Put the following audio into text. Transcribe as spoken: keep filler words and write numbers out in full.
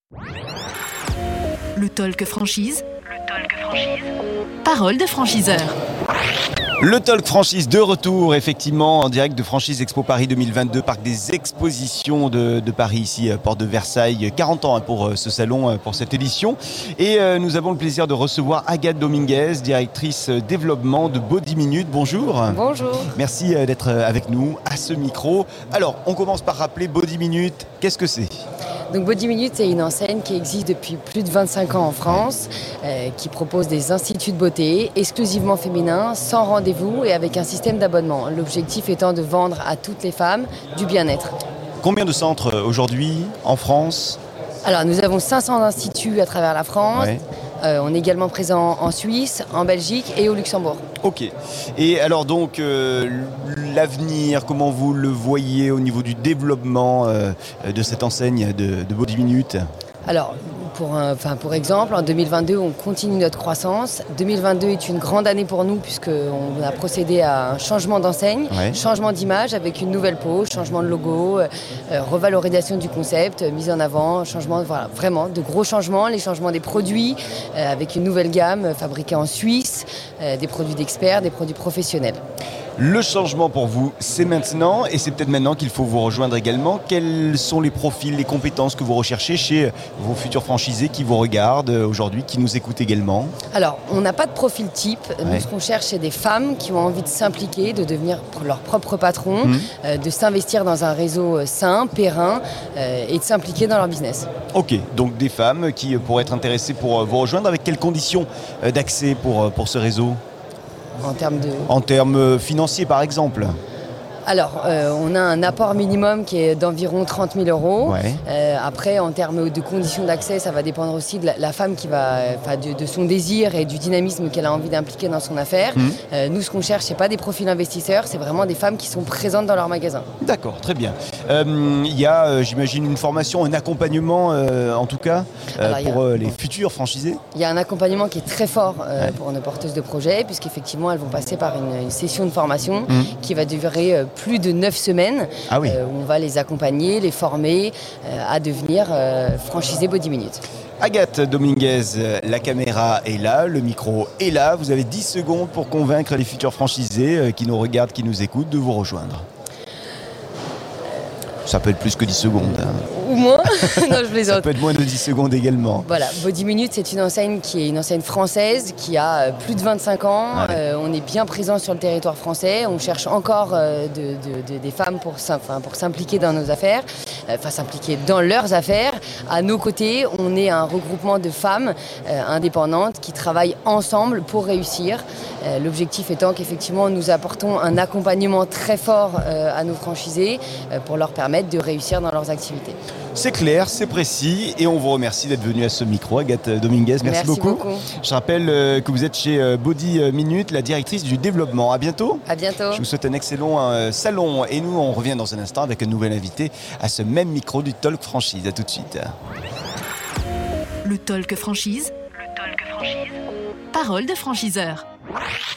Le talk franchise. Le talk franchise. Parole de franchiseur. Le Talk Franchise de retour, effectivement, en direct de Franchise Expo Paris deux mille vingt-deux, parc des expositions de, de Paris, ici, porte de Versailles. quarante ans hein, pour euh, ce salon, euh, pour cette édition. Et euh, nous avons le plaisir de recevoir Agathe Dominguez, directrice euh, développement de Body Minute. Bonjour. Bonjour. Merci euh, d'être avec nous à ce micro. Alors, on commence par rappeler Body Minute. Qu'est-ce que c'est ? Donc Body Minute, c'est une enseigne qui existe depuis plus de vingt-cinq ans en France, euh, qui propose des instituts de beauté exclusivement féminins, sans rendez-vous et avec un système d'abonnement. L'objectif étant de vendre à toutes les femmes du bien-être. Combien de centres euh, aujourd'hui en France ? Alors nous avons cinq cents instituts à travers la France. Ouais. Euh, on est également présent en Suisse, en Belgique et au Luxembourg. Ok. Et alors donc, euh, l'avenir, comment vous le voyez au niveau du développement euh, de cette enseigne de, de Body Minute ? Alors, pour, un, enfin, pour exemple, en deux mille vingt-deux, on continue notre croissance. deux mille vingt-deux est une grande année pour nous puisqu'on a procédé à un changement d'enseigne, Ouais. changement d'image avec une nouvelle peau, changement de logo, euh, revalorisation du concept, euh, mise en avant, changement, voilà, vraiment de gros changements, les changements des produits euh, avec une nouvelle gamme euh, fabriquée en Suisse, euh, des produits d'experts, des produits professionnels. Le changement pour vous, c'est maintenant, et c'est peut-être maintenant qu'il faut vous rejoindre également. Quels sont les profils, les compétences que vous recherchez chez vos futurs franchisés qui vous regardent aujourd'hui, qui nous écoutent également ? Alors, on n'a pas de profil type. Nous, Ouais. ce qu'on cherche, c'est des femmes qui ont envie de s'impliquer, de devenir leur propre patron, Mmh. euh, de s'investir dans un réseau euh, sain, périn euh, et de s'impliquer dans leur business. Ok, donc des femmes qui pourraient être intéressées pour vous rejoindre. Avec quelles conditions d'accès pour, pour ce réseau ? En termes de... En termes financiers, par exemple ? Alors, euh, on a un apport minimum qui est d'environ trente mille euros. Ouais. Euh, après, en termes de conditions d'accès, ça va dépendre aussi de la, la femme qui va, enfin, de, de son désir et du dynamisme qu'elle a envie d'impliquer dans son affaire. Mmh. Euh, nous, ce qu'on cherche, c'est pas des profils investisseurs, c'est vraiment des femmes qui sont présentes dans leur magasin. D'accord, très bien. Euh, Il y a, euh, j'imagine, une formation, un accompagnement, euh, en tout cas, euh, Alors, il y a- pour euh, les futurs franchisés ? Il y a un accompagnement qui est très fort euh, Ouais. pour nos porteuses de projets, puisqu'effectivement, elles vont passer par une, une session de formation Mmh. qui va durer euh, plus de neuf semaines, Ah oui. euh, où on va les accompagner, les former euh, à devenir euh, franchisés Body Minute. Agathe Dominguez, euh, la caméra est là, le micro est là. Vous avez dix secondes pour convaincre les futurs franchisés euh, qui nous regardent, qui nous écoutent, de vous rejoindre. Ça peut être plus que dix secondes. hein. Ou moins. Non, je Ça plaisante. peut être moins de dix secondes également. Voilà, Body Minute, c'est une enseigne qui est une enseigne française qui a euh, plus de vingt-cinq ans. Ouais. Euh, on est bien présent sur le territoire français. On cherche encore euh, de, de- de- des femmes pour, s'im- enfin, pour s'impliquer dans nos affaires, euh, enfin s'impliquer dans leurs affaires. À nos côtés, on est un regroupement de femmes euh, indépendantes qui travaillent ensemble pour réussir. Euh, L'objectif étant qu'effectivement, nous apportons un accompagnement très fort euh, à nos franchisés euh, pour leur permettre de réussir dans leurs activités. C'est clair, c'est précis et on vous remercie d'être venu à ce micro, Agathe Dominguez. Merci, Merci beaucoup. beaucoup. Je rappelle euh, que vous êtes chez euh, Body Minute, la directrice du développement. À bientôt. À bientôt. Je vous souhaite un excellent euh, salon et nous on revient dans un instant avec un nouvel invité à ce même micro du Talk Franchise. À tout de suite. Le talk franchise. Le talk franchise. Parole de franchiseur.